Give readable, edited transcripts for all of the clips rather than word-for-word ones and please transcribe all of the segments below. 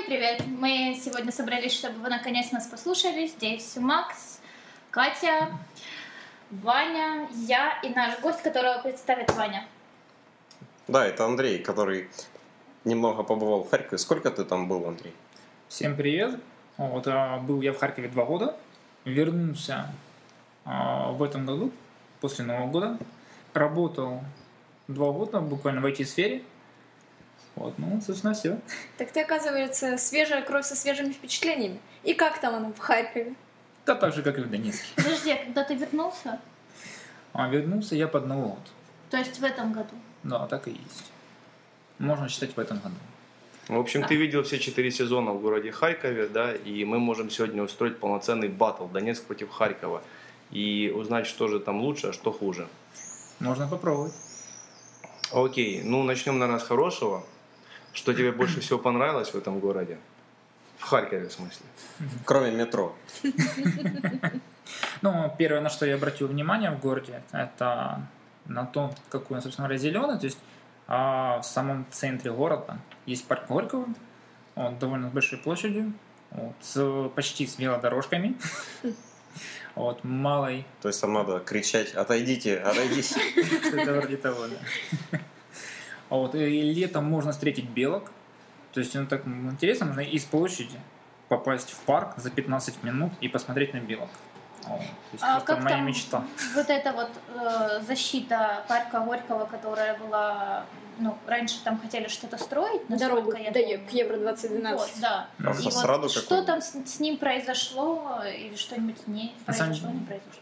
привет! Мы сегодня собрались, чтобы вы наконец нас послушали. Здесь Макс, Катя, Ваня, я и наш гость, которого представит Ваня. Да, это Андрей, который немного побывал в Харькове. Сколько ты там был, Андрей? Всем привет! Был я в Харькове 2 года. Вернулся в этом году, после Нового года. Работал 2 года буквально в IT-сфере. Собственно, все. Так ты, оказывается, свежая кровь со свежими впечатлениями. И как там оно в Харькове? Да так же, как и в Донецке. Подожди, а когда ты вернулся? Вернулся я под Новый год. То есть в этом году? Да, так и есть. Можно считать в этом году. В общем, ты видел все 4 сезона в городе Харькове, да, и мы можем сегодня устроить полноценный баттл Донецк против Харькова и узнать, что же там лучше, а что хуже. Можно попробовать. Окей, начнем, наверное, с хорошего. Что тебе больше всего понравилось в этом городе? В Харькове, в смысле? Кроме метро. Первое, на что я обратил внимание в городе, это на то, какой он, собственно говоря, зеленый. То есть в самом центре города есть парк Горького, довольно с большой площадью, почти с велодорожками, малой. То есть там надо кричать: отойдите, отойдите. Это вроде того, да. И летом можно встретить белок. То есть так интересно, можно из площади попасть в парк за 15 минут и посмотреть на белок. То есть это моя мечта. Вот эта защита парка Горького, которая была, раньше там хотели что-то строить, дорогу к Евро-2012. Вот, да. И что там с ним произошло, или что-нибудь не произошло?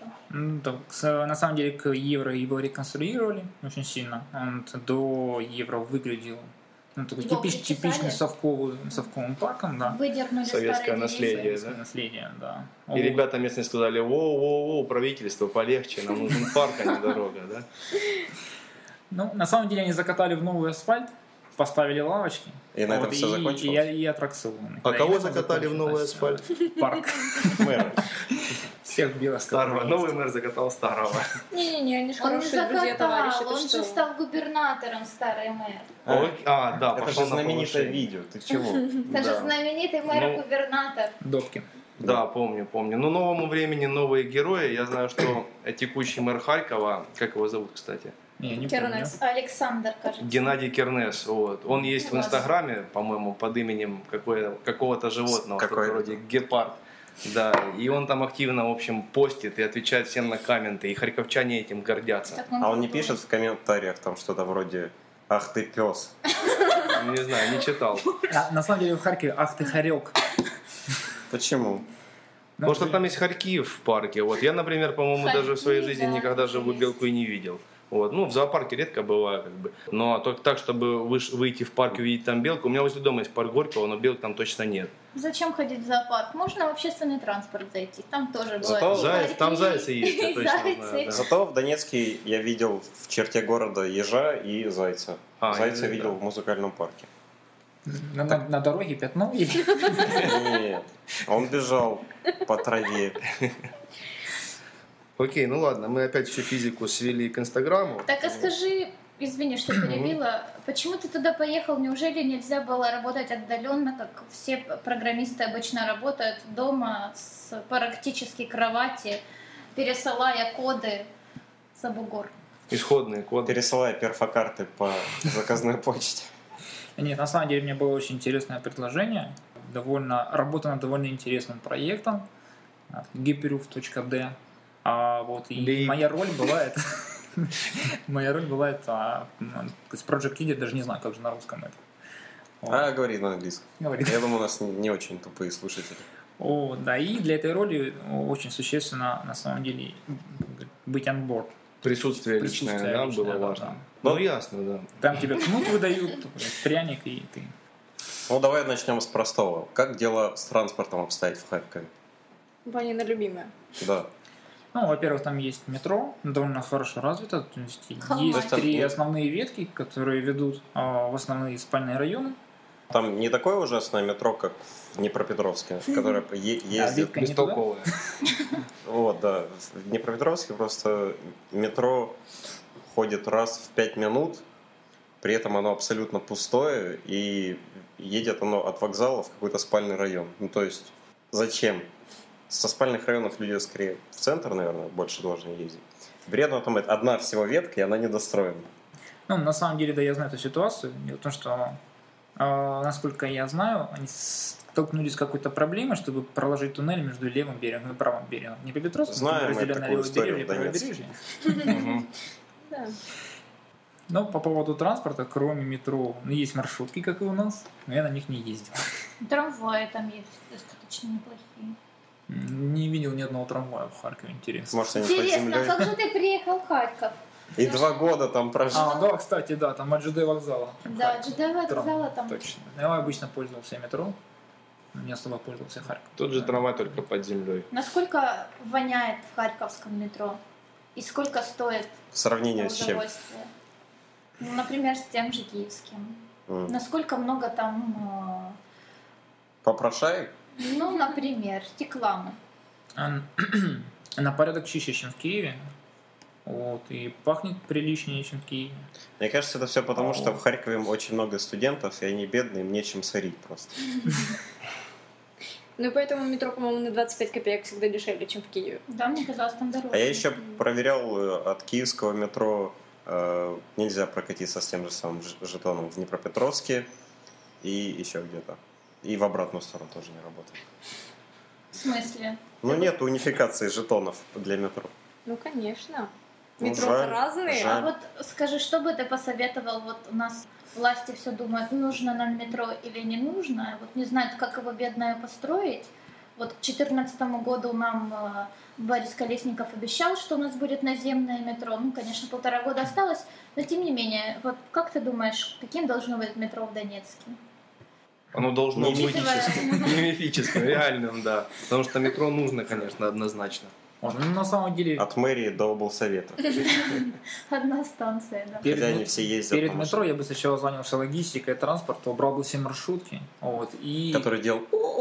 На самом деле к Евро его реконструировали очень сильно. Он до Евро выглядел такой типичный совковым парком, да. Выдернули советское наследие, да? Наследие, да. И ребята местные сказали: воу, правительство, полегче, нам нужен парк, а не дорога, да? На самом деле они закатали в новый асфальт, поставили лавочки. И на этом все закончилось? И аттракционы. А кого закатали в новый асфальт? Парк. Мэра. Всех белых. Старого. Новый мэр закатал старого. Не-не-не, они же Он не хорошие друзья, товарищи. закатал, он же стал губернатором, старый мэр. Да, это же знаменитое видео, ты чего? Это же знаменитый мэр-губернатор. Добкин. Да, помню. Новому времени новые герои. Я знаю, что текущий мэр Харькова, как его зовут, кстати? Не Кернес. помню. Александр, кажется. Геннадий Кернес. Он есть в Инстаграме, по-моему, под именем какого-то животного, вроде гепард. Да, и он там активно, в общем, постит и отвечает всем на комменты, и харьковчане этим гордятся. А он не пишет в комментариях там что-то вроде: «Ах ты пес». Не знаю, не читал. На самом деле в Харькове «Ах ты хорек». Почему? Потому что там есть хорьки в парке. Я, например, по-моему, даже в своей жизни никогда живую белку и не видел. В зоопарке редко бываю, но только так, чтобы выйти в парк и увидеть там белку. У меня возле дома есть парк Горького, но белок там точно нет. Зачем ходить в зоопарк? Можно в общественный транспорт зайти, там тоже бывает. Там зайцы есть, я точно знаю. Да. Зато в Донецке я видел в черте города ежа и зайца. Зайца видел в музыкальном парке. На дороге пятно? Нет, он бежал по траве. Окей, ладно, мы опять всю физику свели к Инстаграму. Так, а скажи, извини, что перебила, почему ты туда поехал? Неужели нельзя было работать отдаленно, как все программисты обычно работают дома с практически кровати, пересылая коды за бугор? Исходные коды. Пересылая перфокарты по заказной почте. Нет, на самом деле мне было очень интересное предложение. Работа над довольно интересным проектом hyperuf.d. И моя роль была это Project Leader, даже не знаю, как же на русском это. Говори на английском. Я думаю, у нас не очень тупые слушатели. Да, и для этой роли очень существенно, на самом деле, быть on board. Присутствие личное, да, было важно. Да. Ясно, да. Там тебе кнут выдают, пряник, и ты... Давай начнем с простого. Как дела с транспортом обстоят в Харькове? Ванина любимая. Да. Во-первых, там есть метро, довольно хорошо развито. То есть 3 основные ветки, которые ведут в основные спальные районы. Там не такое ужасное метро, как в Днепропетровске, которое ездит бестолковое. Да. В Днепропетровске просто метро ходит раз в 5 минут, при этом оно абсолютно пустое, и едет оно от вокзала в какой-то спальный район. Ну, то есть, зачем? Со спальных районов люди скорее в центр, наверное, больше должны ездить. В Бредно там одна всего ветка, и она недостроена. Ну, на самом деле, да, я знаю эту ситуацию. Дело в том, что, насколько я знаю, они столкнулись с какой-то проблемой, чтобы проложить туннель между левым берегом и правым берегом. Не по Петровскому, Знаем мы разделено такую левое историю бережье и в правое Донецке. бережье. Да. Но по поводу транспорта, кроме метро, есть маршрутки, как и у нас, но я на них не ездил. Трамваи там есть достаточно неплохие. Не видел ни одного трамвая в Харькове, интересно. Может, они под Интересно, землей. как же ты приехал в Харьков? И 2 года там прожил. Да, кстати, да, там от ЖД вокзала. Да, ЖД вокзала там. Точно. Я обычно пользовался метро, не особо пользовался Харьковом. Тот же трамвай, только под землей. Насколько воняет в харьковском метро? И сколько стоит В сравнении это с чем? удовольствие? Ну, например, с тем же киевским. М. Насколько много там, Попрошаек? ну, например, рекламы. На порядок чище, чем в Киеве. Вот, и пахнет приличнее, чем в Киеве. Мне кажется, это все потому, что в Харькове очень много студентов, и они бедные, им нечем сорить просто. Ну и поэтому метро, по-моему, на 25 копеек всегда дешевле, чем в Киеве. Да, мне казалось, там дороже. А я еще проверял от киевского метро, нельзя прокатиться с тем же самым жетоном в Днепропетровске и еще где-то. И в обратную сторону тоже не работает. В смысле? Ну нет унификации жетонов для метро. Ну, конечно. Ну, Метро-то жаль, разные. жаль. А вот скажи, что бы ты посоветовал? Вот у нас власти все думают, нужно нам метро или не нужно. Вот не знают, как его бедное построить. Вот к 2014 году нам Борис Колесников обещал, что у нас будет наземное метро. Ну, конечно, 1,5 года осталось, но тем не менее. Вот как ты думаешь, каким должно быть метро в Донецке? Оно должно Не быть не мифическим, реальным, да. Потому что метро нужно, конечно, однозначно. Ну, на самом деле, От мэрии до облсовета. Одна станция, да. перед, Хотя они все ездят перед на метро машине. я бы сначала занялся логистикой, транспортом, убрал бы все маршрутки. Вот, и... Который делал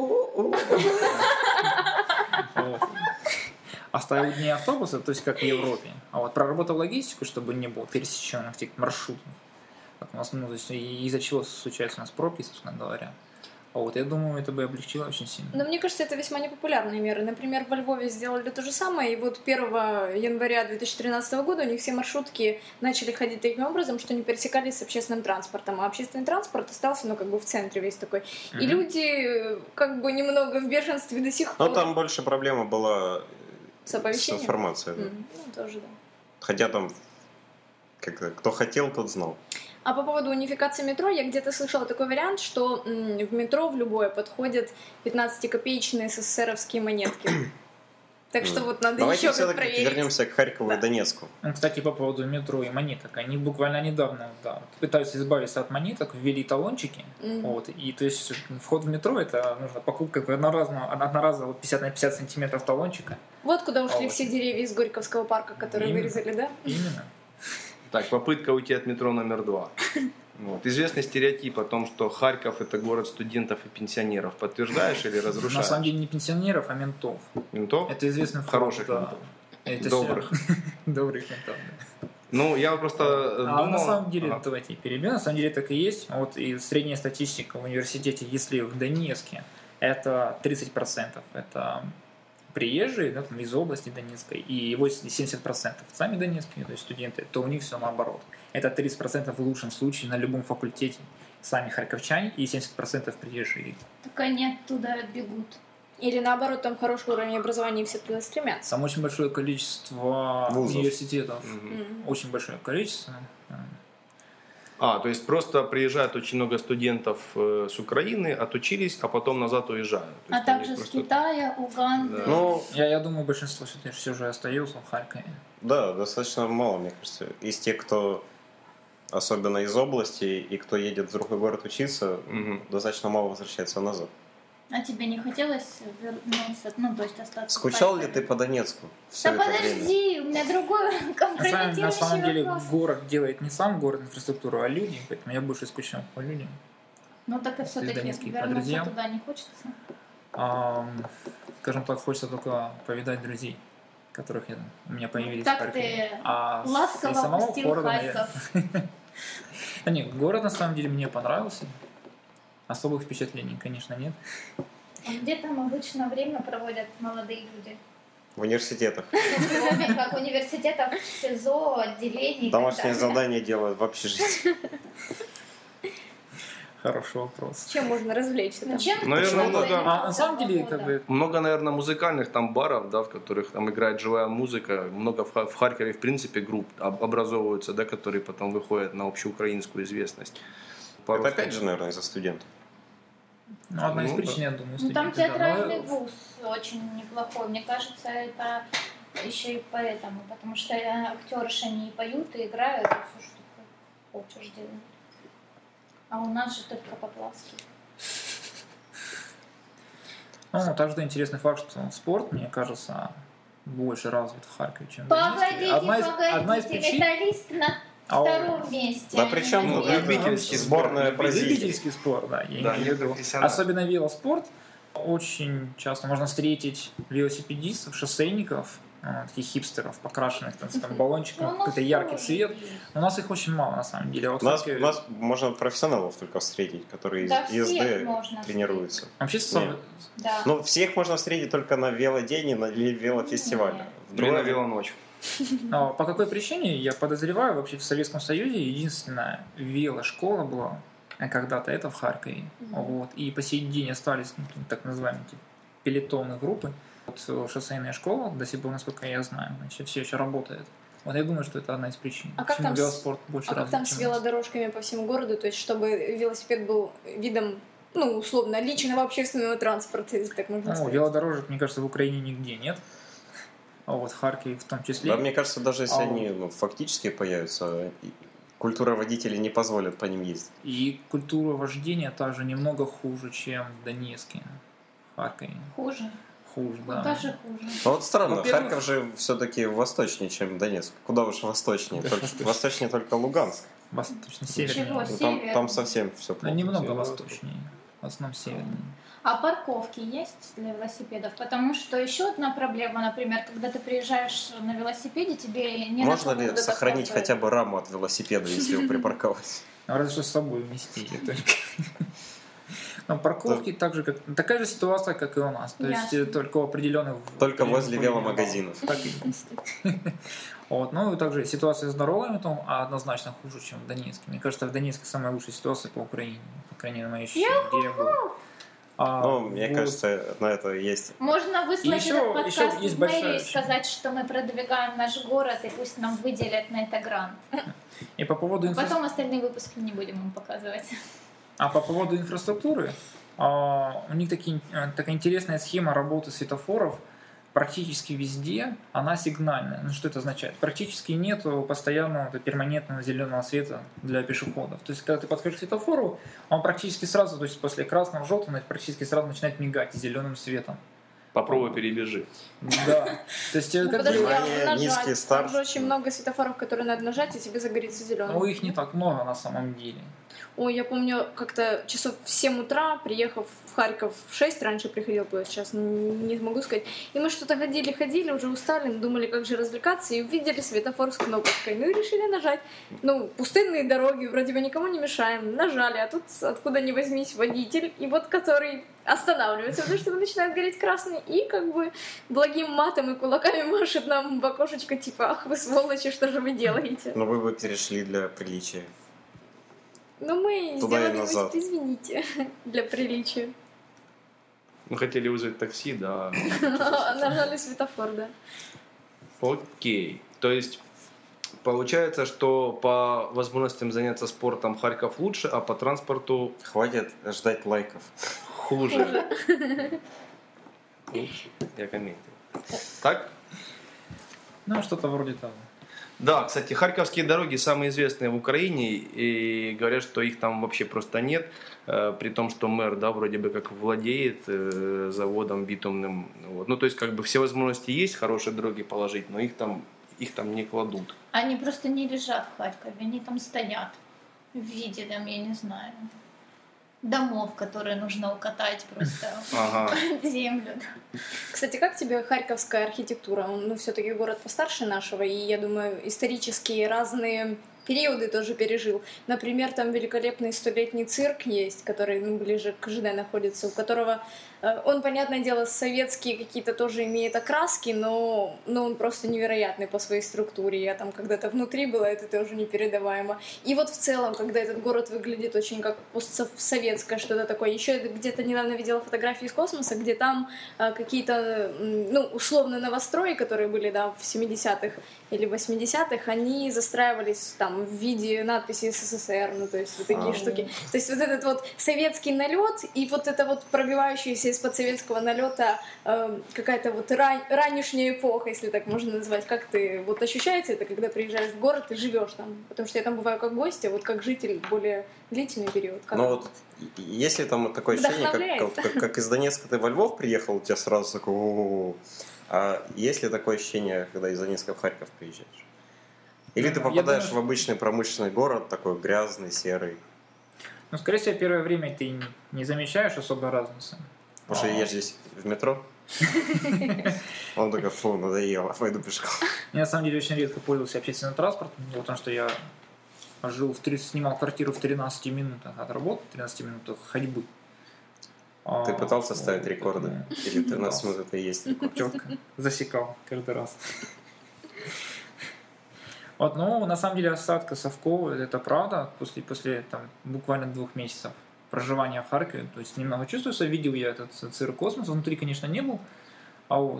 Вот. Оставил дни автобуса, то есть как в Европе. А вот проработал логистику, чтобы не было пересеченных этих маршрутов. Как у нас, ну, то есть, и из-за чего случаются у нас пробки, собственно говоря. А вот я думаю, это бы облегчило очень сильно. Но мне кажется, это весьма непопулярные меры. Например, во Львове сделали то же самое, и вот 1 января 2013 года у них все маршрутки начали ходить таким образом, что не пересекались с общественным транспортом, а общественный транспорт остался, ну, как бы в центре весь такой. И люди, как бы, немного в бешенстве до сих пор. Но там больше проблема была С с оповещением? информацией. Да. Ну, тоже, да. Хотя там кто хотел, тот знал. А по поводу унификации метро, я где-то слышала такой вариант, что в метро в любое подходят 15-копеечные СССРовские монетки. Так что вот надо Давайте еще как все-таки проверить. вернемся к Харькову и Донецку. Ну, кстати, по поводу метро и монеток. Они буквально недавно пытаются избавиться от монеток, ввели талончики. Вот, и то есть вход в метро это нужно покупка одноразового 50 на 50 сантиметров талончика. Вот куда ушли Вот. все деревья из Горьковского парка, которые Именно. вырезали, да? Именно. Так, попытка уйти от метро номер 2. Вот. Известный стереотип о том, что Харьков — это город студентов и пенсионеров. Подтверждаешь или разрушаешь? На самом деле не пенсионеров, а ментов. Ментов? Это известный факт. Хороших да. ментов. Это Добрых. Добрых ментов, да. Ну, я просто А думал... на самом деле, Ага. давайте я перебью, на самом деле так и есть. Вот и средняя статистика в университете, если в Донецке, это 30%. Это приезжие, да, там, из области Донецкой, и 70% сами донецкие, то есть студенты, то у них все наоборот. Это 30% в лучшем случае на любом факультете сами харьковчане и 70% приезжие. Так они оттуда бегут. Или наоборот, там хороший уровень образования, и все туда стремятся. Там очень большое количество Вузов. университетов, Мгм. очень большое количество. То есть просто приезжает очень много студентов с Украины, отучились, а потом назад уезжают. То А есть они также с просто- Китая, Уганды. Да. Ну, Я думаю, большинство все же остается в Харькове. да, достаточно мало, мне кажется. Из тех, кто особенно из области и кто едет в другой город учиться, Мгм. достаточно мало возвращается назад. А тебе не хотелось вернуться, ну, то есть остаться в Скучал ли Харькове? ты по Донецку все Да это время? подожди, у меня другой На самом компрометирующий деле вопрос. город делает не сам город инфраструктуру, а люди, поэтому я больше скучал по людям. Ну так и все-таки донецких по вернуться друзьям. туда не хочется. Скажем так, хочется только повидать друзей, которых у меня появились в Так Харькове. ты А с- ласково из самого опустил города, Харьков. Да нет, город на самом деле мне понравился. особых впечатлений, конечно, нет. А где там обычно время проводят молодые люди? В университетах. Кроме как университетов, СИЗО, отделений. Домашние задания делают в общежитии. Хороший вопрос. Чем можно развлечься там? Наверное, много. На самом деле, как бы, Много, наверное, музыкальных там баров, да, в которых там играет живая музыка. Много в Харькове, в принципе, групп образовываются, да, которые потом выходят на общеукраинскую известность. Это опять же, наверное, из-за студентов. одна из Ну, причин, я думаю, Ну, там студенты, да. театральный Но вуз очень неплохой. Мне кажется, это еще и поэтому. Потому что актеры же они и поют, и играют, и все, что ты хочешь делать. А у нас же только поплавки. также интересный факт, что спорт, мне кажется, больше развит в Харькове, чем в Донецке. Погодите, Одна из причин... металлист на втором месте. Да причем Ну, тут любительский сборная спорт. Бразилии. Любительский спорт, да. Я Да, имею в виду. профессиональный. Особенно велоспорт. Очень часто можно встретить велосипедистов, шоссейников, таких хипстеров, покрашенных там, баллончиком, какой-то яркий цвет. У нас их очень мало, на самом деле. Вот У нас можно профессионалов только встретить, которые Да, из всех езды можно тренируются. Вообще, Нет. Да. Ну, всех можно встретить только на велодень или велофестивале. Или на велоночь. по какой причине, я подозреваю, вообще в Советском Союзе единственная велошкола была когда-то, это в Харькове. Вот. И по сей день остались так называемые пелетоны группы. Вот шоссейная школа до сих пор, насколько я знаю, значит, все еще работает. Вот я думаю, что это одна из причин. А как почему там велоспорт больше как развит, там чем с у нас. велодорожками по всему городу? То есть, чтобы велосипед был видом, ну, условно, личного общественного транспорта, если так можно сказать. Велодорожек, мне кажется, в Украине нигде нет. А вот в Харькове в том числе. Да, мне кажется, даже если они фактически появятся, культура водителей не позволит по ним ездить. И культура вождения также немного хуже, чем в Донецке, в Харькове. Хуже. Хуже, да. Даже хуже. Но вот странно, Во-первых- Харьков же все-таки восточнее, чем Донецк. Куда уж восточнее. Восточнее только Луганск. Восточно-севернее. Чего? Ну, там Север. совсем все Но плохо. немного восточнее. В основном севернее. А парковки есть для велосипедов? Потому что еще одна проблема, например, когда ты приезжаешь на велосипеде, тебе не на Можно кому ли туда сохранить доставать. хотя бы раму от велосипеда, если его припарковать? Разве что с собой вместить только. Но парковки такая же ситуация, как и у нас. То есть Ясно. только у определенных... Только возле веломагазинов. Так и есть. Вот. Ну и также ситуация с дорогами там однозначно хуже, чем в Донецке. Мне кажется, в Донецке самая лучшая ситуация по Украине. По крайней мере, мои ощущения, где я был. Ну, мне вот. кажется, на это есть. Можно выслать Еще- этот подкаст еще есть в большая мэрию и ошибка. сказать, что мы продвигаем наш город, и пусть нам выделят на это грант. И по поводу Потом остальные выпуски не будем им показывать. А по поводу инфраструктуры, у них такая интересная схема работы светофоров. Практически везде она сигнальная. Ну, что это означает? Практически нет постоянного перманентного зеленого света для пешеходов. То есть, когда ты подходишь к светофору, он практически сразу, то есть после красного, желтого, практически сразу начинает мигать зеленым светом. Попробуй перебежи. Да. То есть, Ну, как подожди, бы, а низкий нажать. старт. Там же очень много светофоров, которые надо нажать, и тебе загорится зеленый. их не так много на самом деле. Ой, я помню, как-то часов в 7 утра, приехав в Харьков в 6, раньше приходил, сейчас не могу сказать, и мы что-то ходили, уже устали, думали, как же развлекаться, и увидели светофор с кнопочкой, ну и решили нажать. Ну, пустынные дороги, вроде бы никому не мешаем, нажали, а тут откуда ни возьмись водитель, и вот который останавливается, потому что начинает гореть красный, и как бы благим матом и кулаками машет нам в окошечко, типа, ах вы сволочи, что же вы делаете? Но вы бы перешли для приличия. Ну, мы Туда и сделали, назад. извините, для приличия. Мы хотели вызвать такси, да. Нажали светофор, да. Окей. То есть получается, что по возможностям заняться спортом Харьков лучше, а по транспорту Хватит ждать лайков. хуже. Я комментирую. Так? Ну, что-то вроде того. Да, кстати, харьковские дороги самые известные в Украине, и говорят, что их там вообще просто нет, при том, что мэр, да, вроде бы как владеет заводом битумным. Вот. Ну, то есть, как бы все возможности есть, хорошие дороги положить, но их там не кладут. Они просто не лежат в Харькове, они там стоят в виде, там, я не знаю, домов, которые нужно укатать просто Ага. под землю. Кстати, как тебе харьковская архитектура? Он, ну, все-таки город постарше нашего, и, я думаю, исторические разные периоды тоже пережил. Например, там великолепный 100-летний цирк есть, который ближе к ЖД находится, у которого он, понятное дело, советские какие-то тоже имеет окраски, но он просто невероятный по своей структуре. Я там когда-то внутри была, это тоже непередаваемо. И вот в целом, когда этот город выглядит очень как постсоветское что-то такое. Еще где-то недавно видела фотографии из космоса, где там какие-то, условно новострои, которые были, да, в 70-х или 80-х, они застраивались там в виде надписи СССР, то есть вот такие штуки. То есть вот этот вот советский налет и вот это вот пробивающаяся из-под советского налета какая-то вот ранешняя эпоха, если так можно назвать. Как ты вот ощущаете это, когда приезжаешь в город и живешь там? Потому что я там бываю как гость, а вот как житель более длительный период. Ну вот, если там такое ощущение, как из Донецка ты во Львов приехал, у тебя сразу такое... А есть ли такое ощущение, когда из Донецка в Харьков приезжаешь? Или ты попадаешь в обычный промышленный город, такой грязный, серый? Ну, скорее всего, первое время ты не замечаешь особой разницы. Потому что я здесь в метро. Он такой, фу, надоело, пойду пешком. Я на самом деле очень редко пользовался общественным транспортом, потому что я снимал квартиру в 13 минутах от работы, 13 минутах ходьбы. Ты пытался ставить рекорды? Или 13 минут это и есть рекорд? Четко засекал каждый раз. Вот, но на самом деле осадка совков, это правда, после там, буквально 2 месяцев проживания в Харькове, то есть немного чувствуется, видел я этот цирк «Космос», внутри, конечно, не был, а вот,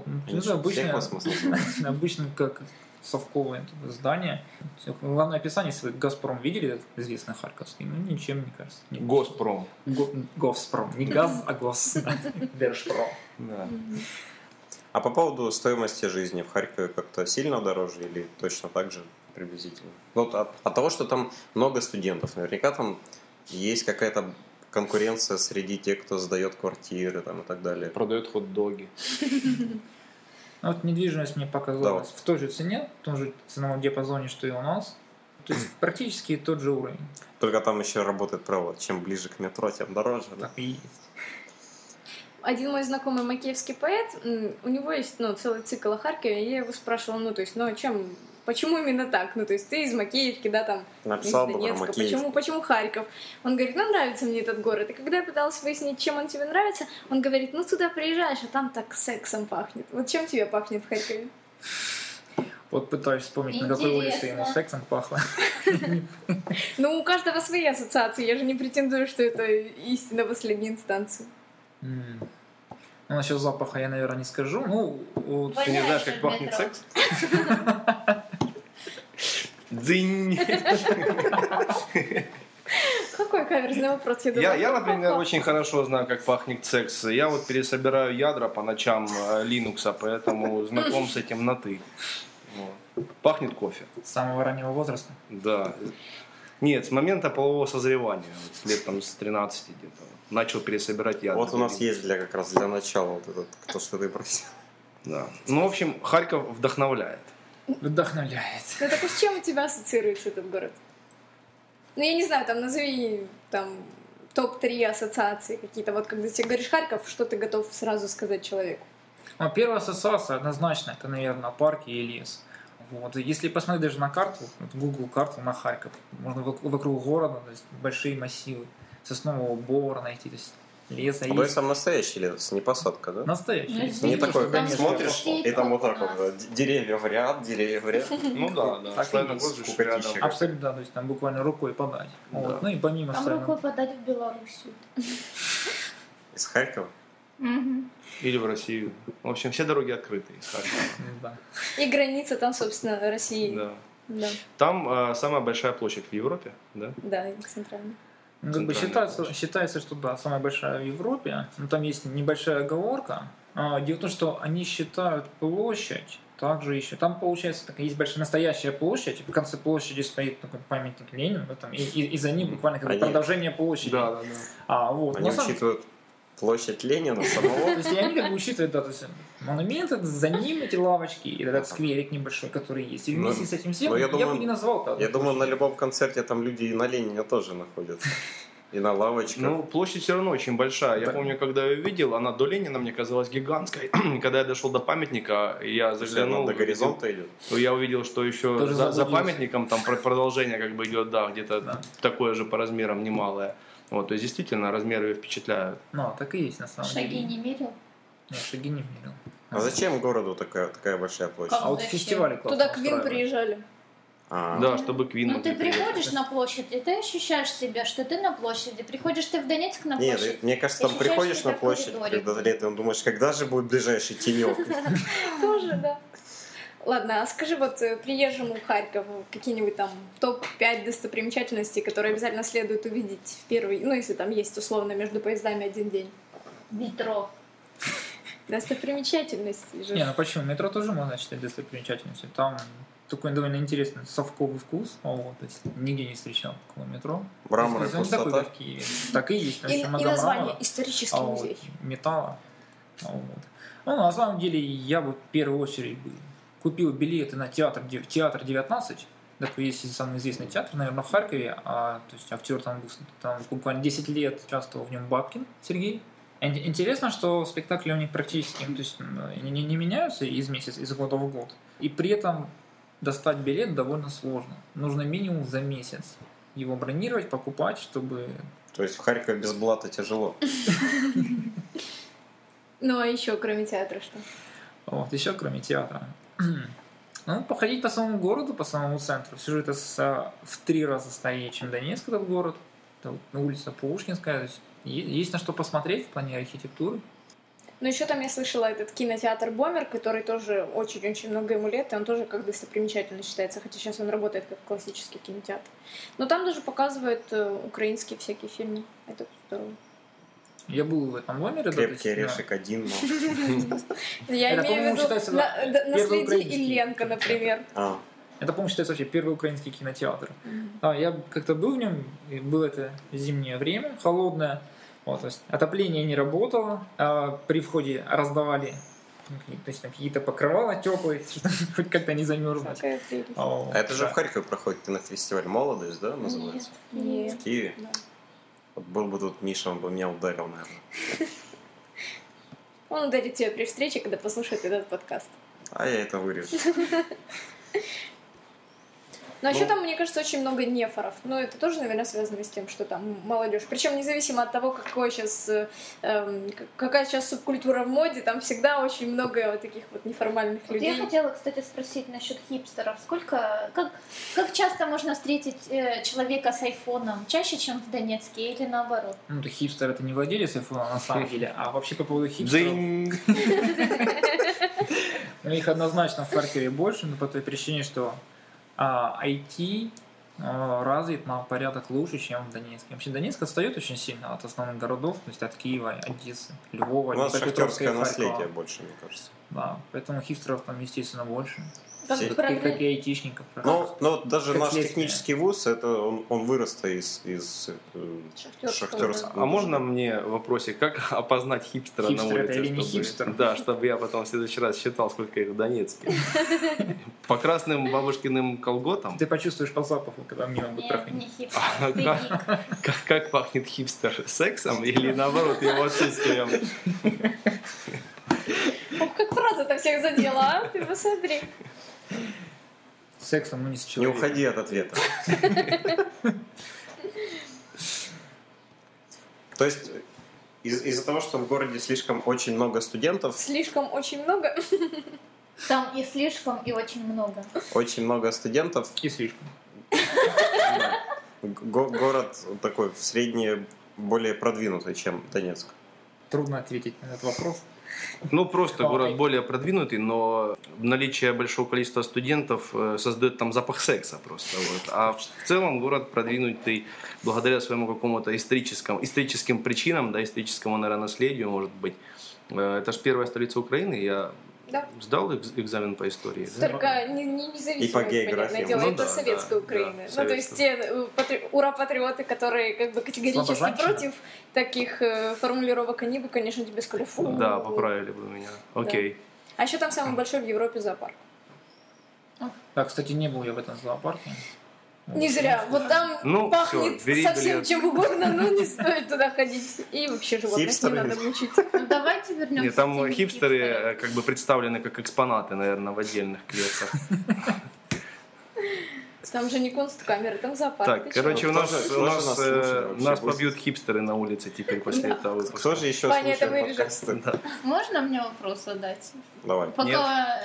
обычно как совковое здание. Главное описание, если вы «Газпром» видели, известный харьковский, ничем, мне кажется. «Госпром». «Госпром», не «Газ», а «Гос», «Держпром». Да. А по поводу стоимости жизни в Харькове как-то сильно дороже или точно так же приблизительно? Вот от того, что там много студентов, наверняка там есть какая-то конкуренция среди тех, кто сдает квартиры там, и так далее. Продает хот-доги. Вот недвижимость мне показалась в той же цене, в том же ценовом диапазоне, что и у нас. То есть практически тот же уровень. Только там еще работает правило, чем ближе к метро, тем дороже. Так и есть. Один мой знакомый макеевский поэт, у него есть целый цикл о Харькове, и я его спрашивала, почему именно так? То есть ты из Макеевки, да, там, написал из Донецка, почему Харьков? Он говорит, нравится мне этот город. И когда я пыталась выяснить, чем он тебе нравится, он говорит, туда приезжаешь, а там так сексом пахнет. Вот чем тебе пахнет в Харькове? Вот пытаюсь вспомнить, на какой улице ему сексом пахло. У каждого свои ассоциации, я же не претендую, что это истина последней инстанции. Насчет запаха я, наверное, не скажу. Ты не знаешь, как пахнет секс? Дзынь! Какой каверзный вопрос, я думаю. Я, например, очень хорошо знаю, как пахнет секс. Я вот пересобираю ядра по ночам Linux, поэтому знаком с этим на «ты». Пахнет кофе. С самого раннего возраста? Да. Нет, с момента полового созревания, лет с 13 где-то. Начал пересобирать ядра. Вот у нас есть как раз для начала вот этот, то, что ты просил. Да. В общем, Харьков вдохновляет. Вдохновляет. Так а с чем у тебя ассоциируется этот город? Я не знаю, назови топ-3 ассоциации какие-то. Вот когда ты говоришь Харьков, что ты готов сразу сказать человеку? Первая ассоциация однозначно, это, наверное, парки и лес. Вот. Если посмотреть даже на карту, Google карту на Харьков, можно вокруг города, то есть большие массивы соснового бора найти, то есть леса. То есть там настоящий лес, не посадка, да? Настоящий лес. Не такой, как смотришь, и там вот так вот, деревья в ряд. Да. Так и есть. Абсолютно, да, то есть там буквально рукой подать. Да. И помимо там рукой подать в Белоруссию. Из Харькова? Или в Россию. В общем, все дороги открыты из Харькова. Да. И граница там, собственно, России. Да. Там самая большая площадь в Европе, да? Да, центральная. Считается, что да, самая большая в Европе. Но там есть небольшая оговорка. Дело в том, что они считают площадь также еще. Там, получается, есть большая настоящая площадь. В конце площади стоит такой памятник Ленину. И за ним буквально продолжение площади. Да. Они учитывают площадь Ленина самого. То есть они учитывают, да, то есть монументы, за ним эти лавочки, и этот скверик небольшой, который есть. И вместе с этим всем я бы не назвал. Я думаю, на любом концерте там люди и на Ленина тоже находятся. И на лавочках. Ну, площадь все равно очень большая. Я помню, когда я ее видел, она до Ленина мне казалась гигантской. Когда я дошел до памятника, я заглянул. До горизонта идет. Я увидел, что еще Тоже за заблудился. памятником там продолжение как бы идет, да, где-то такое же по размерам немалое. Вот, то есть действительно размеры впечатляют. Ну, так и есть на самом деле. Шаги не мерил? Нет, шаги не мерил. А зачем городу такая большая площадь? А вот Зачем? фестивали классно Туда Квин устраивают. приезжали. Да, чтобы Квин Ну могли ты приехать. приходишь на площадь, и ты ощущаешь себя, что ты на площади. Приходишь ты в Донецк на Нет, площадь. мне кажется, там ощущаешь приходишь себя на в площадь, коридоре. когда летом, думаешь, когда же будет ближайший тенек? Тоже, да. Ладно, а скажи вот приезжему Харькову какие-нибудь там топ-5 достопримечательностей, которые обязательно следует увидеть в первый, ну если там есть условно между поездами один день. Метро. Достопримечательности же. Не, ну почему? Метро тоже можно считать достопримечательностью. Там такой довольно интересный совковый вкус. Вот, то есть нигде не встречал такого метро. Мрамор и То есть, он такой, пустота. как в Киеве. Так и есть. И, Там и много название мрамора, исторический вот, музей. металла. Вот. Ну, на самом деле, я бы в первую очередь бы купил билеты на театр 19. Такой есть самый известный театр, наверное, в Харькове. То есть актер там был там буквально 10 лет участвовал в нем Бабкин Сергей. Интересно, что спектакли у них практически то есть, не меняются из месяца, из года в год. И при этом достать билет довольно сложно. Нужно минимум за месяц его бронировать, покупать, чтобы... То есть в Харькове без блата тяжело. Ну а еще кроме театра что? Вот, еще кроме театра. Ну, походить по самому городу, по самому центру. Все же это в 3 раза старее, чем Донецк, этот город. Это вот улица Пушкинская. То есть есть на что посмотреть в плане архитектуры. Ну еще там я слышала этот кинотеатр Бомер, который тоже очень-очень много ему лет, и он тоже как достопримечательно считается, хотя сейчас он работает как классический кинотеатр. Но там даже показывают украинские всякие фильмы. Это здорово. Я был в этом Бомере. Крепкий орешек один, но... Я Это, имею в по-моему, виду считается, наследие украинский Ильенко, например. Это, по-моему, считается вообще первый украинский кинотеатр. Я как-то был в нем, и было это зимнее время, холодное. Вот, то есть отопление не работало, а при входе раздавали то есть, какие-то покрывала теплые, чтобы хоть как-то не замерзнуть. Какая прелесть. А это же в Харькове проходит кинофестиваль «Молодость», да, называется? Нет. В Киеве? Да. Вот был бы тут Миша, он бы меня ударил, наверное. Он ударит тебя при встрече, когда послушает этот подкаст. А я это вырежу. Но еще там, мне кажется, очень много нефоров. Но это тоже, наверное, связано с тем, что там молодежь. Причем независимо от того, какая сейчас субкультура в моде, там всегда очень много вот таких вот неформальных Вот людей. я хотела, кстати, спросить насчет хипстеров. Как часто можно встретить человека с айфоном? Чаще, чем в Донецке или наоборот? Ну, то хипстер это не владелец айфона на самом деле, а вообще по поводу хипстеров. Дзинь. Ну, их однозначно в Харькове больше, но по той причине, что IT развит на порядок лучше, чем в Донецке. Вообще Донецк отстает очень сильно от основных городов, то есть от Киева, Одессы, Львова, У нас Днепропетровска и шахтерское Харькова. наследие больше, мне кажется. Да, поэтому хипстеров там, естественно, больше. Все- Как и айтишников. Ну, вот даже Как наш следствие. технический вуз, это он вырос из шахтерского. А можно мне вопросик, как опознать хипстера Хипстер на улице? это или не чтобы- хипстер? Да, чтобы я потом в следующий раз считал, сколько их в Донецке. По красным бабушкиным колготам? Ты почувствуешь по запаху, когда мимо будет Нет, проходить. не хипстер, А, ты как? гик. Как пахнет хипстер? Сексом или наоборот его отсутствием? Ох, как фраза-то всех задела, а? Ты посмотри. Сексом, но не с Не человеком. уходи от ответа. То есть из-за того, что в городе слишком очень много студентов, Слишком очень много. Там и слишком, и очень много. очень много студентов, И слишком. город такой в среднее более продвинутый, чем Донецк. Трудно ответить на этот вопрос. Ну, просто Ой. город более продвинутый, но наличие большого количества студентов создает там запах секса просто. Вот. А в целом город продвинутый благодаря своему какому-то историческим причинам, да, историческому, наверное, наследию, может быть. Это же первая столица Украины, я Да. сдал экзамен по истории. да? Только независимо, И по географии. понятное дело, Ну это да, советская да, Украина. да, Ну, то есть те ура-патриоты, которые как бы категорически Слабожанщина. против таких формулировок, они бы, конечно, тебе сказали, фу. Да, поправили бы меня. Окей. А еще там самый большой в Европе зоопарк. Да, кстати, не был я в этом зоопарке. Не зря. Вот там Ну, пахнет всё, бери совсем билет. чем угодно, но не стоит туда ходить. И вообще животных не Хипстеры. надо мучить. Ну, давайте вернемся Нет, к там теме хипстеры хипстеров. как бы представлены как экспонаты, наверное, в отдельных клетках. Там же не кунсткамеры, там зоопарк. Так, Ты чего? короче, у нас Тоже нас слушают вообще, нас пусть. побьют хипстеры на улице теперь после этого выпуска. Кто же еще Ваня, это слушает вырежет. подкасты? Да. Можно мне вопрос задать? Давай. Пока...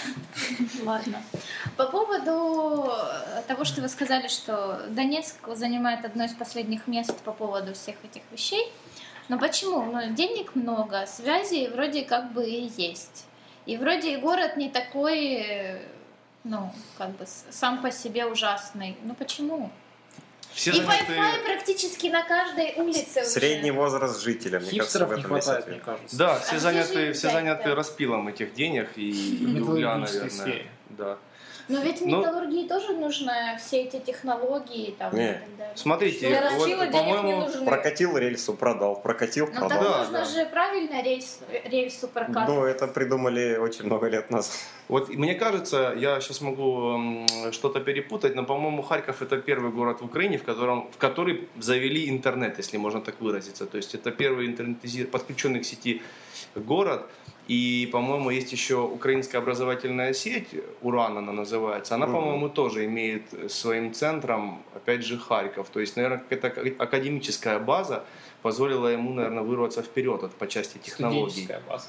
Ладно. По поводу того, что вы сказали, что Донецк занимает одно из последних мест по поводу всех этих вещей. Но почему? Ну, денег много, связей вроде как бы и есть. И вроде и город не такой, ну, как бы сам по себе ужасный. Ну почему? Все И заняты... Wi-Fi практически на каждой улице уже. Средний возраст жителя, мне кажется, в Хипстеров не этом есть хватает, ответ. мне кажется. Да, А все где заняты, же все взять, заняты да? распилом этих денег и угля, Металлургической наверное. сфере. Да. Но ведь в Ну- металлургии тоже нужны все эти технологии там, и Не. так далее. Смотрите, Для вот, распила денег не по-моему, нужны. Прокатил рельсу, продал, прокатил, Ну так продал. Да, нужно да. же правильно рельсу прокатывать. Ну, это придумали очень много лет назад. вот мне кажется, я сейчас могу что-то перепутать, но, по-моему, Харьков это первый город в Украине, в который завели интернет, если можно так выразиться. То есть это первый подключенный к сети город. И, по-моему, есть еще украинская образовательная сеть, УРАН она называется. Она, по-моему, тоже имеет своим центром, опять же, Харьков. То есть, наверное, какая-то академическая база позволила ему, наверное, вырваться вперед по части технологий. Студенческая база.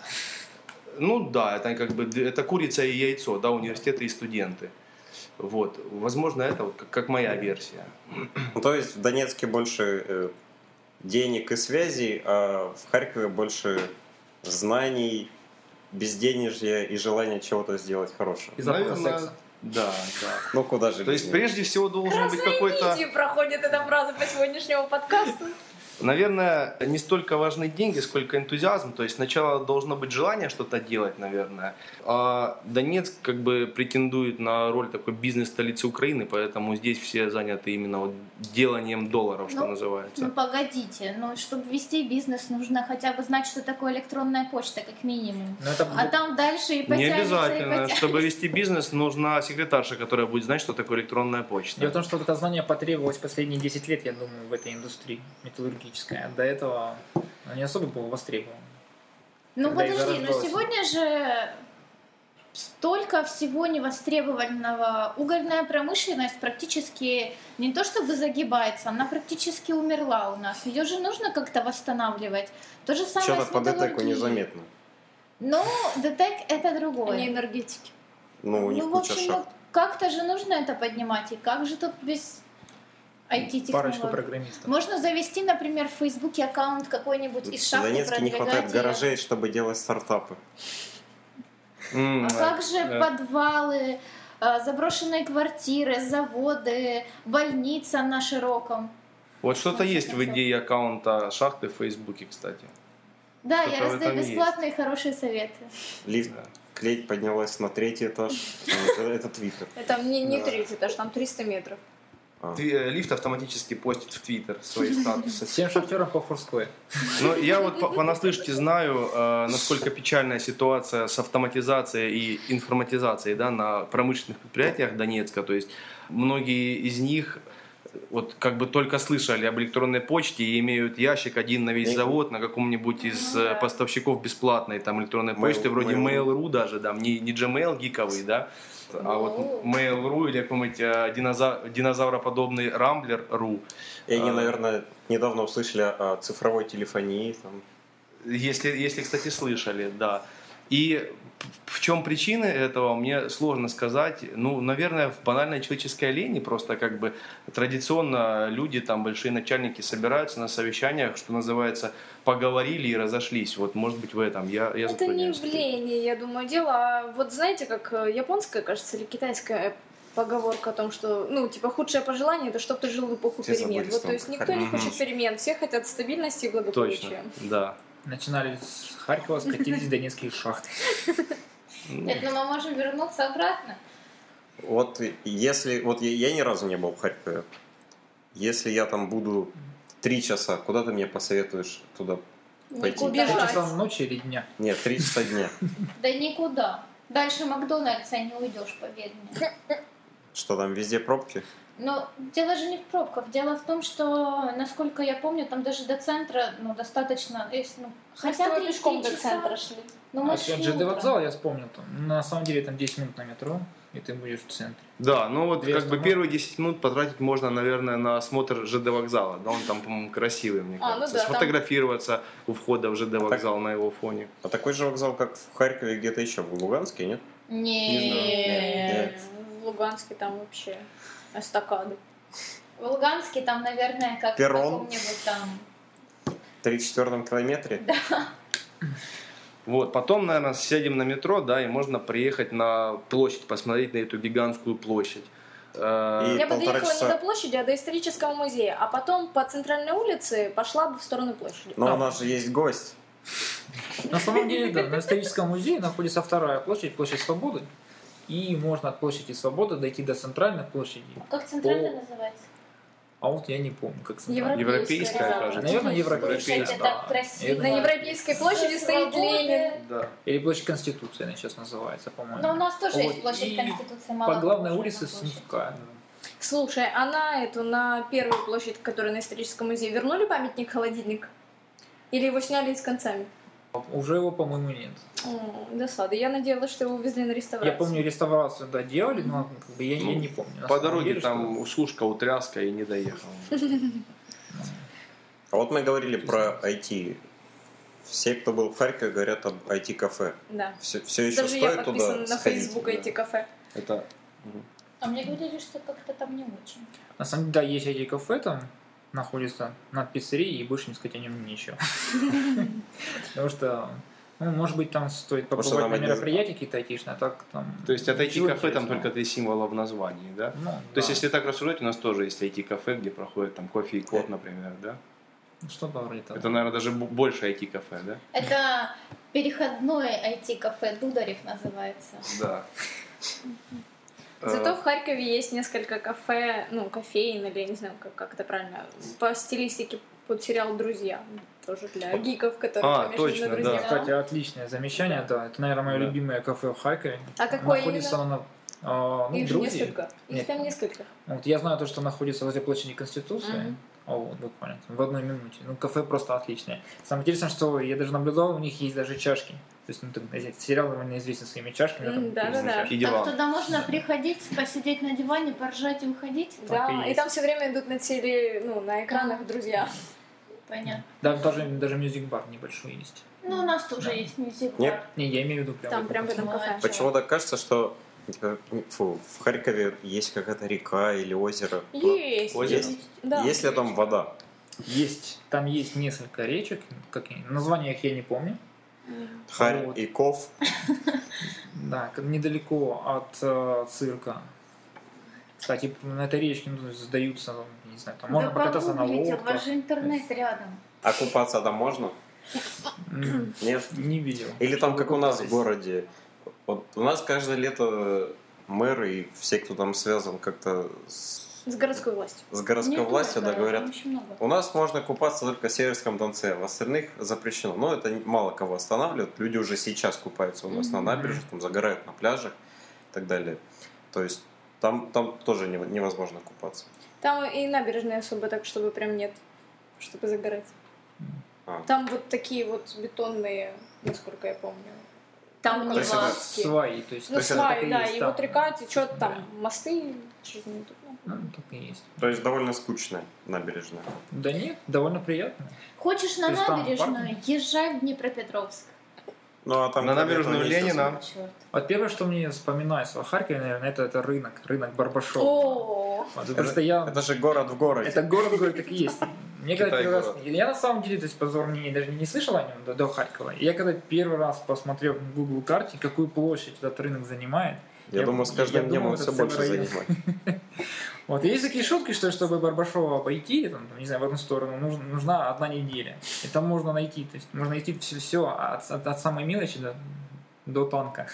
Ну да, это как бы это курица и яйцо, да, университеты и студенты. Вот, возможно, это вот как моя версия. Ну, то есть в Донецке больше денег и связей, а в Харькове больше знаний, безденежья и желания чего-то сделать хорошего. И запаха Наверное, секса. Да, да. Ну, куда же То есть без него? прежде всего должен быть Красной какой-то... нитью проходит эта фраза по сегодняшнему подкасту. Наверное, не столько важны деньги, сколько энтузиазм. То есть сначала должно быть желание что-то делать, наверное. А Донецк как бы претендует на роль такой бизнес-столицы Украины, поэтому здесь все заняты именно вот деланием долларов, что Ну называется. погодите, но чтобы вести бизнес, нужно хотя бы знать, что такое электронная почта, как минимум. Но это А там дальше и Не потянется, и обязательно. потянется. Чтобы вести бизнес, нужна секретарша, которая будет знать, что такое электронная почта. Дело в том, что вот это знание потребовалось последние 10 лет, я думаю, в этой индустрии металлургической. До этого не особо было востребовано. Ну Когда и подожди, но зарождалось. сегодня же столько всего невостребованного. Угольная промышленность практически не то чтобы загибается, она практически умерла у нас. Ее же нужно как-то восстанавливать. То же самое Что-то с по ДТЭКу металлургией. незаметно. Ну, ДТЭК это другое. Они энергетики. Ну, у них Ну, в куча общем, шахт. как-то же нужно это поднимать. И как же тут без IT-технологий? Парочку программистов. Можно завести, например, в Фейсбуке аккаунт какой-нибудь из В шахты, Донецке не хватает продвигать её. гаражей, чтобы делать стартапы. А как же э, подвалы, заброшенные квартиры, заводы, больница на Широком? Вот что-то есть в идее аккаунта шахты в Фейсбуке, кстати. Да, Что-то я в раздаю этом есть. бесплатные хорошие советы. Лифт, Да. клеть поднялась на 3-й этаж. Это Твиттер. Это не Да. 30 этаж, там 300 метров. Лифт автоматически постит в Твиттер свои статусы. Всем шахтерам по Форскве. Но я вот понаслышке знаю, насколько печальная ситуация с автоматизацией и информатизацией, да, на промышленных предприятиях Донецка. То есть многие из них вот как бы только слышали об электронной почте и имеют ящик один на весь завод, на каком-нибудь из Ну да. поставщиков бесплатной там электронной почты, вроде Mail.ru даже, да, не Gmail гиковый, да, а вот Mail.ru или какой-нибудь динозавроподобный Rambler.ru. И они, наверное, недавно услышали о цифровой телефонии. Там. Если, кстати, слышали, да. И в чем причины этого, мне сложно сказать. Ну, наверное, в банальной человеческой лени. Просто как бы традиционно люди, там, большие начальники собираются на совещаниях, что называется, поговорили и разошлись. Вот, может быть, в этом я Это не затрудняюсь. в лени, я думаю, дело. А вот знаете, как японская, кажется, или китайская поговорка о том, что, ну, типа, худшее пожелание — это чтобы ты жил в эпоху Все перемен. забыли, Вот, что то есть никто не Мгм. хочет перемен, все хотят стабильности и Точно, благополучия. да. Начинали с Харькова, скатились в донецкие шахты. Нет, но мы можем вернуться обратно. Вот если... Вот я ни разу не был в Харькове. Если я там буду 3 часа, куда ты мне посоветуешь туда пойти? Никуда. 5 Бежать. часов ночи или дня? Нет, 3 часа дня. Да никуда. Дальше Макдональдса не уйдешь, поверь мне. Что там, везде пробки? Но дело же не в пробках. Дело в том, что, насколько я помню, там даже до центра, достаточно... Хотя хотя мы пешком до 3 центра часа, шли. но мы А шли ЖД утром. вокзал, я вспомнил, там, на самом деле там 10 минут на метро, и ты будешь в центре. Да, ну вот Две как бы остановки. первые 10 минут потратить можно, наверное, на осмотр ЖД вокзала. Да, он там, по-моему, красивый, мне А, ну кажется. да, там- Сфотографироваться у входа в ЖД вокзал на его фоне. А такой же вокзал, как в Харькове, где-то еще, в Луганске, нет? Нет, Нет. в Луганске там вообще эстакады. В Луганске там, наверное, как Перрон. в каком-нибудь там... В 34-м километре? Вот, потом, наверное, сядем на метро, да, и можно приехать на площадь, посмотреть на эту гигантскую площадь. И Я бы полтора доехала часа. не до площади, а до исторического музея, а потом по центральной улице пошла бы в сторону площади. Но у нас же есть гость. На самом деле, да, на историческом музее находится вторая площадь, площадь Свободы. И можно от площади Свободы дойти до центральной площади. Как центральная называется? А вот я не помню, как центральная. Европейская, да. кажется. Наверное, европейская. Слушайте, да. так красиво. На Европейской площади стоит Свободы. Ленин. Да. Или площадь Конституции она сейчас называется, по-моему. Но у нас тоже Вот, есть площадь и Конституции. мало По главной похожа улице на площадь. Сумская. Слушай, а на первую площадь, которая на историческом музее, вернули памятник-холодильник? Или его сняли с концами? Уже его, по-моему, нет. Досада. Я надеялась, что его увезли на реставрацию. Я помню, реставрацию, да, делали, но как бы я не помню. на По самом дороге деле, там что- услушка, утряска и не доехал. А вот мы говорили про IT. Все, кто был в Харькове, говорят об IT-кафе. Да. Все еще Даже я стоит подписана туда на сходить? Facebook Да. IT-кафе. Это А мне говорили, что как-то там не очень. На самом деле, да, есть эти кафе там, находится над пиццерией, и больше не сказать о нем нечего. Потому что, может быть, там стоит Потому что попробовать нам на один- мероприятие какие-то айтишные, а так там... То есть от ничего IT-кафе там интересного. только 3 символа в названии, да? Ну, То есть, да. если так рассуждать, у нас тоже есть IT-кафе, где проходит там кофе и кот, например, да? Что-то вроде того. Это, наверное, даже больше IT-кафе, да? Это переходное IT-кафе Дударев называется. Да. Зато в Харькове есть несколько кафе, кофеин, или я не знаю, как это правильно, по стилистике под сериал «Друзья». Тоже для гиков, которые помешаны точно, на да. друзьях. Кстати, отличное замечание, да. Это, наверное, мое Да. любимое кафе в Харькове. А какое Находится именно? оно, Их же Друзья. несколько. Их Нет. там несколько. Вот, я знаю то, что находится возле площади Конституции. Мгм. Вот, буквально, в одной минуте. Кафе просто отличное. Самое интересное, что я даже наблюдал, у них есть даже чашки. То есть, сериал довольно известен своими чашками. там, Да-да-да. И Так диван. туда можно приходить, посидеть на диване, поржать и уходить? Так и Да, и есть. там все время идут на на экранах друзья. Понятно. Да, даже мюзик-бар небольшой есть. Ну, у нас тоже есть мюзик-бар. Нет? Не, я имею в виду прям Там в прям в этом кафе. кафе. Почему-то кажется, что в Харькове есть какая-то река или озеро. Есть. Озеро? Да. Есть ли там вода? Есть, там есть несколько речек, названия их я не помню. Харь Вот. и Ков. Да, недалеко от цирка. Кстати, на этой речке задаются, не знаю, там можно Да покататься на погуглите, у лодках. вас же интернет рядом. А купаться там можно? Нет? Не видел. Или там, Чтобы как у нас в купались. городе. Вот у нас каждое лето мэр и все, кто там связан как-то С городской властью. с городской Нет, властью, да, там говорят, очень много. у нас можно купаться только в Северском Донце, в остальных запрещено. Но это мало кого останавливает. Люди уже сейчас купаются у нас на набережных, там загорают на пляжах и так далее. То есть там тоже невозможно купаться. Там и набережной особо так, чтобы прям нет, чтобы загорать. А. Там вот такие вот бетонные, насколько я помню. Там То есть это Невадский. Сваи, то есть, Ну, это так сваи, и да, есть, и там. вот река течет, Да. там мосты через нее идут. Ну, так и есть. То есть довольно скучная набережная. Да нет, довольно приятно. Хочешь на То есть там набережную, парк? езжай в Днепропетровск. Ну, а там На кроме набережную этого есть Ленина. Черт. Вот первое, что мне вспоминается о Харькове, наверное, это рынок Барбашов. О, Вот, потому что я... Это же город в городе. Это город так и есть. Мне когда Китай первый раз... город. Я на самом деле, то есть, по мнению, даже не слышал о нем до Харькова. И я когда первый раз посмотрел в Google карте, какую площадь этот рынок занимает, Я думаю, с каждым днем думал, он это все целый больше район. занимает. Вот, и есть такие шутки, что чтобы Барбашова обойти, там, не знаю, в одну сторону, нужна 1 неделя. И там можно найти, то есть можно найти все от самой мелочи до танка.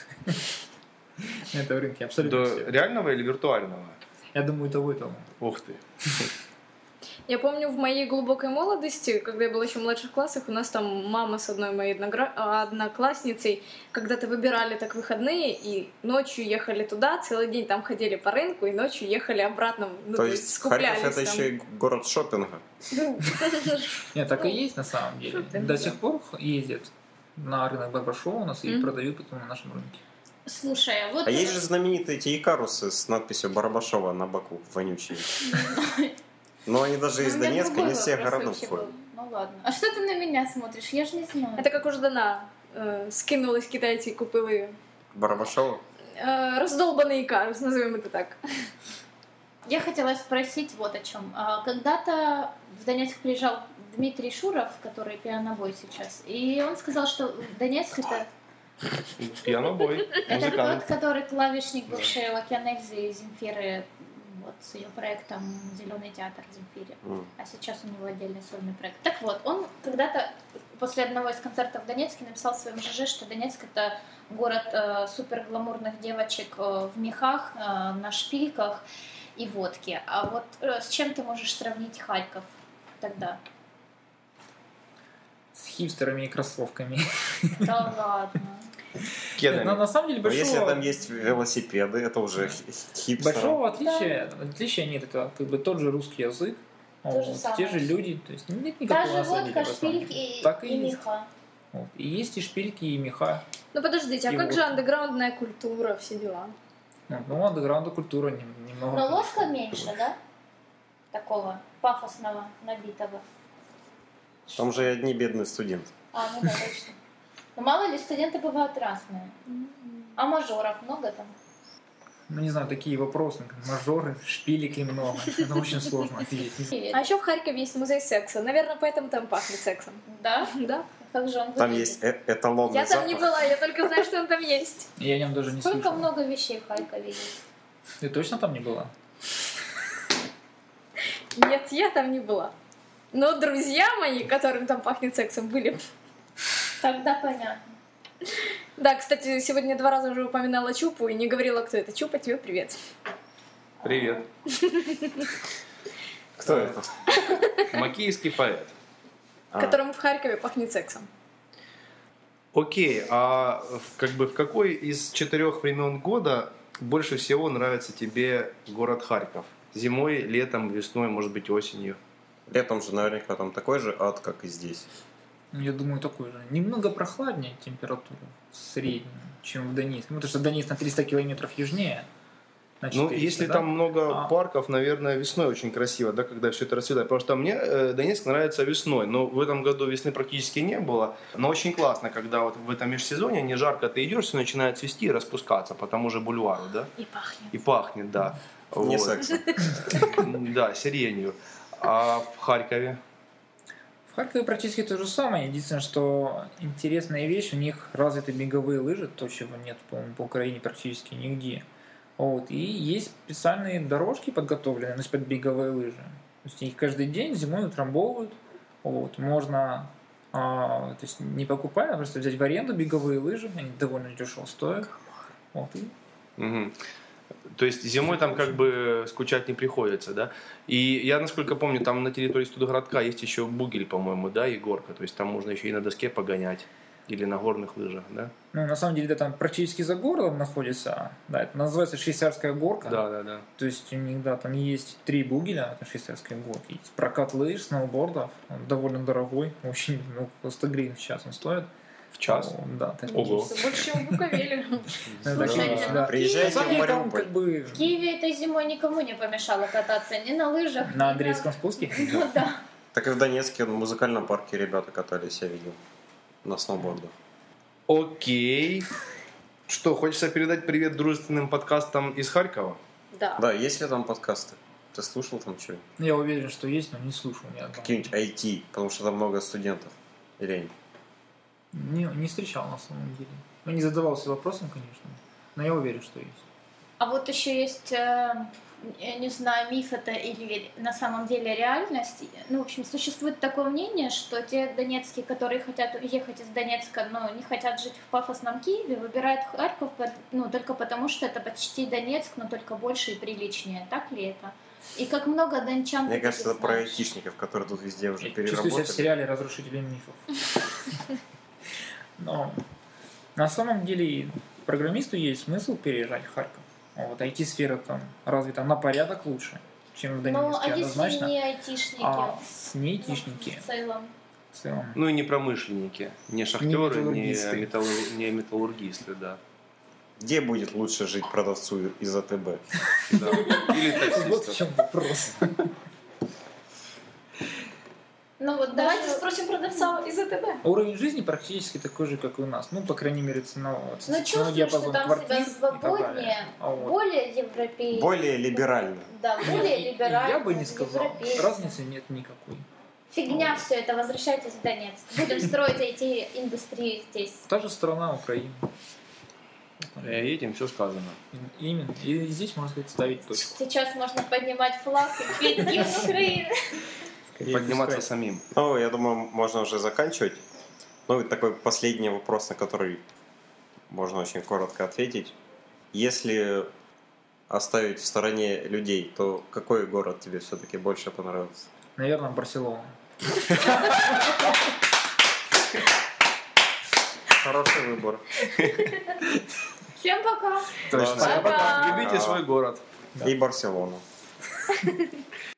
На этом рынке абсолютно До все. реального или виртуального? Я думаю, того и того. Ух ты. Я помню, в моей глубокой молодости, когда я была еще в младших классах, у нас там мама с одной моей одноклассницей когда-то выбирали так выходные, и ночью ехали туда, целый день там ходили по рынку, и ночью ехали обратно, ну, То есть скуплялись Харьков это там. еще и город шопинга. Нет, так и есть на самом деле. шопинг, До да. сих пор ездят на рынок Барбашова у нас и продают потом на нашем рынке. Слушай, а вот... А есть же знаменитые эти икарусы с надписью Барабашова на боку, вонючие. Но они даже из У меня Донецка, другой не из всех вопрос городов вообще ходят. был. Ну ладно. А что ты на меня смотришь? Я же не знаю. Это как у Ждана. Скинулась китайці і купили Барабашова? раздолбанный икарус, назовем это так. Я хотела спросить вот о чем. Когда-то в Донецк приезжал Дмитрий Шуров, который пианобой сейчас, и он сказал, что Донецк это Пианобой, тот, музыкант. который клавишник бывшей Лакян Эльзы и Земфиры, вот с ее проектом «Зеленый театр» Земфире. А сейчас у него отдельный сольный проект. Так вот, он когда-то после одного из концертов в Донецке написал в своем ЖЖ, что Донецк — это город супергламурных девочек в мехах, на шпильках и водке. А вот с чем ты можешь сравнить Харьков тогда? С хипстерами и кроссовками. Да ладно. Нет, на самом деле Но если большого... там есть велосипеды, это уже хипстер. Большого отличия нет, это как бы тот же русский язык, То же вот, самое. те же люди, то есть нет никакого Даже на самом водка, деле, в основном. шпильки Так и есть. меха. Вот. И есть и шпильки, и меха. Ну подождите, а И как вот. же андеграундная культура, все дела? Ну, андеграунда культура немного. Но ложка меньше, да? Такого пафосного, набитого. Там же и одни бедные студенты. А, ну да, точно. Но мало ли, студенты бывают разные. А мажоров много там? Ну, не знаю, такие вопросы, как мажоры, шпилики много. Это очень сложно ответить. А еще в Харькове есть музей секса. Наверное, поэтому там пахнет сексом. Да? Да? Как же он Там выглядит? есть эталонный Я там не запах. была, я только знаю, что он там есть. Я о нем даже не Сколько слышал. много вещей в Харькове есть? Ты точно там не была? Нет, я там не была. Но друзья мои, которым там пахнет сексом, были. Тогда понятно. Да, кстати, сегодня 2 раза уже упоминала Чупу и не говорила, кто это. Чупа, тебе привет. Привет. Кто это? Макиевский поэт. Которому в Харькове пахнет сексом. Окей, а в какой из 4 времен года больше всего нравится тебе город Харьков? Зимой, летом, весной, может быть, осенью? Летом же наверняка там такой же ад, как и здесь. Я думаю, такой же. Немного прохладнее температура в среднем, чем в Донецке. Ну, потому что Донецк на 300 километров южнее. На Ну, 400, если да? там много парков, наверное, весной очень красиво, да, когда все это расцветает. Потому что мне Донецк нравится весной, но в этом году весны практически не было. Но очень классно, когда вот в этом межсезонье, не жарко, ты идешь, все начинает цвести и распускаться по тому же бульвару, да? И пахнет. И пахнет, да. Не Вот. сексом. Да, сиренью. А в Харькове? В Харькове практически то же самое. Единственное, что интересная вещь, у них развиты беговые лыжи, то, чего нет, по-моему, по Украине практически нигде. Вот. И есть специальные дорожки подготовленные, ну, под беговые лыжи. То есть их каждый день зимой утрамбовывают. Вот. Можно то есть не покупая, а просто взять в аренду беговые лыжи, они довольно дешево стоят. Вот. И Мгм. То есть зимой там как бы скучать не приходится, да? И я, насколько помню, там на территории студгородка есть еще бугель, по-моему, да, и горка. То есть там можно еще и на доске погонять или на горных лыжах, да? ну, на самом деле, да, там практически за городом находится. Да, это называется швейцарская горка. Да. То есть у них, да, там есть 3 бугеля, это швейцарские горки. Есть прокат лыж, сноубордов, он довольно дорогой, очень, 100 гривен в час он стоит. В час? Да, так и Ого. есть. Больше, чем в Буковеле. Да, Слушайте, да. Приезжайте На самом деле, в там Мариуполь. как бы В Киеве этой зимой никому не помешало кататься ни на лыжах, ни на Андреевском спуске. Ну да. Так и в Донецке в музыкальном парке ребята катались, я видел. На сноубордах. Окей. Что, хочется передать привет дружественным подкастам из Харькова? Да. Да, есть ли там подкасты? Ты слушал там что? Я уверен, что есть, но не слушал ни одного. Какие-нибудь IT, потому что там много студентов. Или Не встречал на самом деле. Ну, не задавался вопросом, конечно, но я уверен, что есть. А вот еще есть, я не знаю, миф это или на самом деле реальность. Ну, в общем, существует такое мнение, что те донецкие, которые хотят уехать из Донецка, но не хотят жить в пафосном Киеве, выбирают Харьков, ну, только потому, что это почти Донецк, но только больше и приличнее. Так ли это? И как много дончан. Мне ты кажется, это про знаешь. айтишников, которые тут везде уже Я чувствую себя в переработали. сериале «Разрушители мифов». Но на самом деле программисту есть смысл переезжать в Харьков. Вот IT-сфера там развита на порядок лучше, чем в Ну, Донецке, а если однозначно. не айтишники? А не айтишники В целом. в целом. Ну и не промышленники, не шахтеры, металлургисты. не металлургисты, да. Где будет лучше жить продавцу из АТБ? Да. Или Вот в таксистов. чем вопрос. Ну вот Давайте даже... спросим продавца из АТБ. Уровень жизни практически такой же, как и у нас. Ну, по крайней мере, ценовой Ну, чувствуешь, что там себя свободнее, более европейский. Более либерально. Да, более либерально. Я бы не сказал. европейский. Разницы нет никакой. Фигня все это, возвращайтесь в Донецк. Будем строить эти индустрии здесь. Та же страна Украина. Этим все сказано. Именно. И здесь, можно сказать, ставить точку. Сейчас можно поднимать флаг и петь гимн Украины. Скорее Подниматься пускай. самим. Ну, я думаю, можно уже заканчивать. Ну, и такой последний вопрос, на который можно очень коротко ответить. Если оставить в стороне людей, то какой город тебе все-таки больше понравился? Наверное, Барселона. Хороший выбор. Всем пока. Точно. Пока-пока. Любите свой город. Да. И Барселону.